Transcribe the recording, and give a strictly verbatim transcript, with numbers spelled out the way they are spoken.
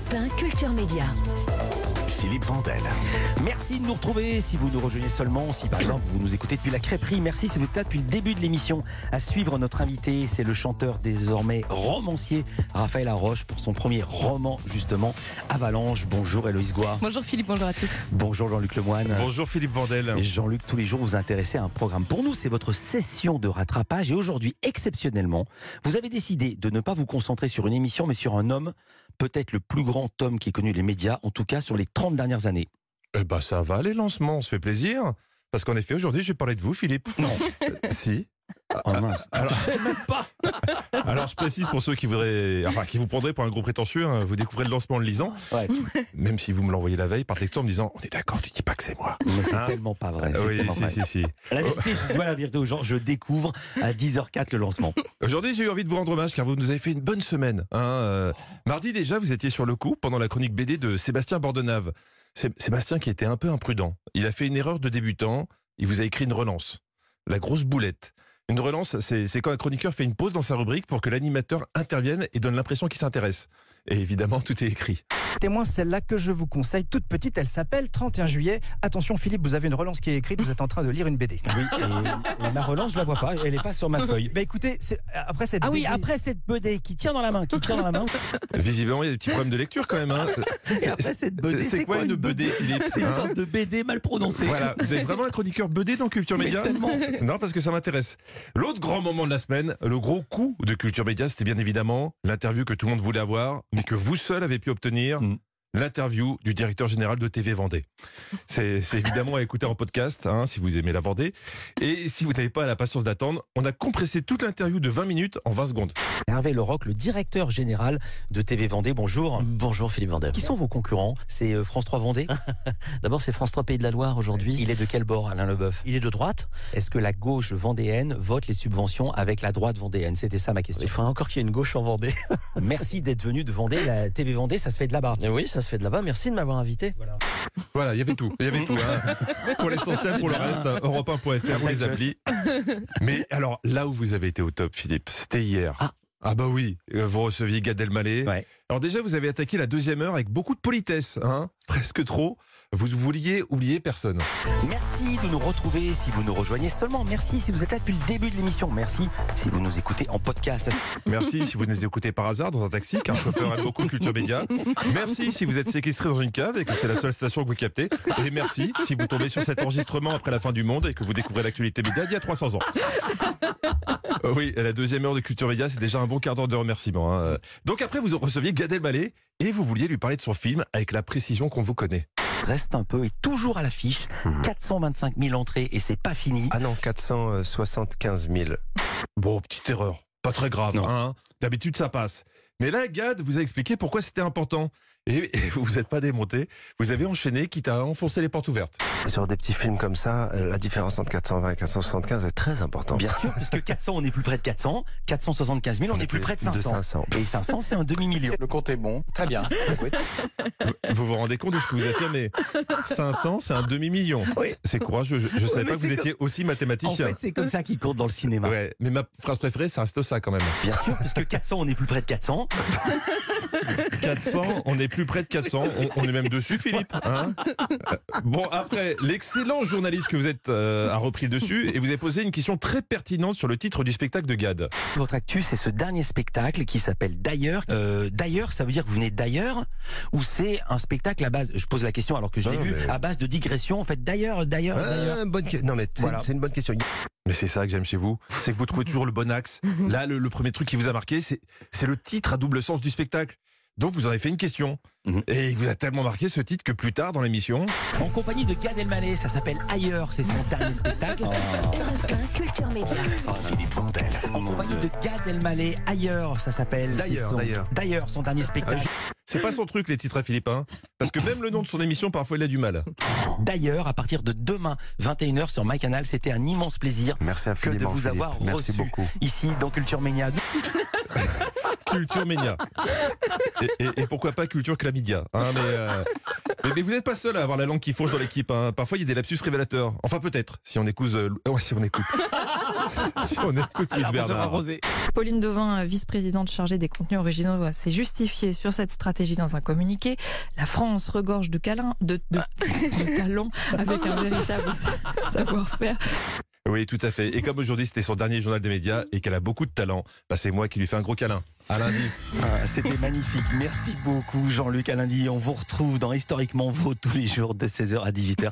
Europe un, Culture Média. Philippe Vandel. Merci de nous retrouver si vous nous rejoignez seulement, si par exemple vous nous écoutez depuis la crêperie. Merci si vous êtes là depuis le début de l'émission à suivre notre invité. C'est le chanteur désormais romancier Raphaël Laroche pour son premier roman justement, Avalanche. Bonjour Héloïse Goua. Bonjour Philippe, bonjour à tous. Bonjour Jean-Luc Lemoine. Bonjour Philippe Vandel. Et Jean-Luc, tous les jours vous intéressez à un programme. Pour nous, c'est votre session de rattrapage et aujourd'hui, exceptionnellement, vous avez décidé de ne pas vous concentrer sur une émission mais sur un homme, peut-être le plus grand homme qui ait connu les médias, en tout cas sur les trente dernières années. Eh ben ça va les lancements, on se fait plaisir. Parce qu'en effet, aujourd'hui, je vais parler de vous, Philippe. Non. Euh, si. Oh mince. Alors, je sais même pas. Alors je précise pour ceux qui voudraient, enfin qui vous prendraient pour un gros prétentieux, hein, vous découvrez le lancement en le lisant. Ouais. Même si vous me l'envoyez la veille par texto en me disant, on est d'accord, tu dis pas que c'est moi. Mais c'est Hein tellement pas vrai. c'est Oui, tellement si, vrai. si, si. La vérité, je dois la vérité aux gens, je découvre à dix heures quatre le lancement. Aujourd'hui, j'ai eu envie de vous rendre hommage car vous nous avez fait une bonne semaine. Hein, euh, mardi déjà, vous étiez sur le coup pendant la chronique B D de Sébastien Bordenave. C'est Sébastien qui était un peu imprudent. Il a fait une erreur de débutant. Il vous a écrit une relance. La grosse boulette. Une relance, c'est c'est quand un chroniqueur fait une pause dans sa rubrique pour que l'animateur intervienne et donne l'impression qu'il s'intéresse. Et évidemment, tout est écrit. Témoin, celle-là que je vous conseille, toute petite, elle s'appelle trente et un juillet. Attention Philippe, vous avez une relance qui est écrite, vous êtes en train de lire une B D. Oui, et, et ma relance, je la vois pas, elle est pas sur ma feuille. Bah écoutez, c'est- après cette Ah oui, B D après cette B D qui tient dans la main, qui tient dans la main. Visiblement, il y a des petits problèmes de lecture quand même. Hein. Et après cette B D, C'est quoi une B D, Philippe? C'est une Hein sorte de B D mal prononcée. Voilà, vous avez vraiment un chroniqueur B D dans Culture Mais Média? tellement. Non, parce que ça m'intéresse. L'autre grand moment de la semaine, le gros coup de Culture Média, c'était bien évidemment l'interview que tout le monde voulait avoir, mais que vous seul avez pu obtenir. Mm. L'interview du directeur général de T V Vendée. C'est c'est évidemment à écouter en podcast, hein, si vous aimez la Vendée. Et si vous n'avez pas la patience d'attendre, on a compressé toute l'interview de vingt minutes en vingt secondes. Hervé Leroc, le directeur général de T V Vendée, bonjour. Bonjour Philippe Vandel. Qui sont vos concurrents? C'est euh, France trois Vendée. D'abord c'est France trois Pays de la Loire aujourd'hui. Il est de quel bord, Alain Leboeuf? Il est de droite. Est-ce que la gauche vendéenne vote les subventions avec la droite vendéenne? C'était ça ma question. Il faudrait encore qu'il y ait une gauche en Vendée. Merci d'être venu de Vendée. La T V Vendée, ça se fait de là-bas. Et oui, ça se fait de là-bas. Merci de m'avoir invité. Voilà, il y avait tout. Il y avait tout. Hein. Pour l'essentiel, pour le reste, europe un point f r, pour les applis. Mais alors, là où vous avez été au top, Philippe, c'était hier. Ah. Ah bah oui, euh, vous receviez Gad Elmaleh. Ouais. Alors déjà, vous avez attaqué la deuxième heure avec beaucoup de politesse, hein, presque trop. Vous vouliez oublier personne. Merci de nous retrouver si vous nous rejoignez seulement. Merci si vous êtes là depuis le début de l'émission. Merci si vous nous écoutez en podcast. Merci si vous nous écoutez par hasard dans un taxi, car le chauffeur aime beaucoup Culture Média. Merci si vous êtes séquestré dans une cave et que c'est la seule station que vous captez. Et merci si vous tombez sur cet enregistrement après la fin du monde et que vous découvrez l'actualité média d'il y a trois cents ans. Euh, Oui, la deuxième heure de Culture Média, c'est déjà un bon quart d'heure de remerciements. Hein. Donc après, vous receviez Gad Elmaleh et vous vouliez lui parler de son film avec la précision qu'on vous connaît. Reste un peu et toujours à l'affiche. quatre cent vingt-cinq mille entrées et c'est pas fini. Ah non, quatre cent soixante-quinze mille. Bon, petite erreur, pas très grave. Non. Hein. D'habitude, ça passe. Mais là, Gad vous a expliqué pourquoi c'était important. Et, et vous vous êtes pas démonté. Vous avez enchaîné, quitte à enfoncer les portes ouvertes. Sur des petits films comme ça, la différence entre quatre cent vingt et quatre cent soixante-quinze est très importante. Bien sûr, puisque quatre cents, on est plus près de quatre cents. quatre cent soixante-quinze mille, on, est plus près de cinq cents. cinq cents. Et cinq cents, c'est un demi-million. Le compte est bon, très bien. Vous vous rendez compte de ce que vous affirmez? cinq cents, c'est un demi-million. Oui. C'est courageux. Je ne savais mais pas que vous c'est étiez aussi En mathématicien. fait, c'est comme ça qu'ils comptent dans le cinéma. Ouais, mais ma phrase préférée, ça reste ça quand même. Bien sûr, puisque quatre cents, on est plus près de quatre cents. quatre cents, on est plus près de quatre cents. On, on est même dessus, Philippe. Hein. Euh, bon, après, l'excellent journaliste que vous êtes euh, a repris le dessus et vous avez posé une question très pertinente sur le titre du spectacle de Gad. Votre actu, c'est ce dernier spectacle qui s'appelle D'ailleurs. Euh, D'ailleurs, ça veut dire que vous venez d'ailleurs ou c'est un spectacle à base, je pose la question alors que je l'ai Non, vu, mais- à base de digression, en fait, d'ailleurs, d'ailleurs, d'ailleurs. Ah, bonne que- Non mais c'est Voilà. c'est une bonne question. Mais c'est ça que j'aime chez vous, c'est que vous trouvez toujours le bon axe. Là, le, le premier truc qui vous a marqué, c'est c'est le titre à double sens du spectacle. Donc vous en avez fait une question. Mhm. Et il vous a tellement marqué ce titre que plus tard dans l'émission, En compagnie de Gad Elmaleh, ça s'appelle Ailleurs, c'est son dernier spectacle. Europe un, Culture Média. Philippe Vandel. En compagnie de Gad Elmaleh, Ailleurs, ça s'appelle. c'est D'ailleurs, son- d'ailleurs. D'ailleurs, son dernier spectacle. c'est pas son truc les titres à Philippe, hein, parce que même le nom de son émission, parfois il a du mal. D'ailleurs, à partir de demain, vingt et une heures sur MyCanal, c'était un immense plaisir Merci que infiniment. de vous Philippe. avoir Merci reçu beaucoup. ici dans Culture Média. Culture Média. Et, et- et pourquoi pas Culture Chlamydia. Hein, mais, euh, mais, mais vous n'êtes pas seul à avoir la langue qui fauche dans l'équipe. Hein. Parfois, il y a des lapsus révélateurs. Enfin, peut-être, si on écoute. euh, ouais, si on écoute. Si on écoute Louise Bernard. Pauline Devin, vice-présidente chargée des contenus originaux, s'est justifiée sur cette stratégie dans un communiqué. La France regorge de, câlins, de, de, de talents avec un véritable savoir-faire. Oui, tout à fait. Et comme aujourd'hui c'était son dernier journal des médias et qu'elle a beaucoup de talent, bah c'est moi qui lui fais un gros câlin. À lundi. Ah, c'était magnifique. Merci beaucoup Jean-Luc. À lundi, on vous retrouve dans Historiquement Vaud tous les jours de seize heures à dix-huit heures.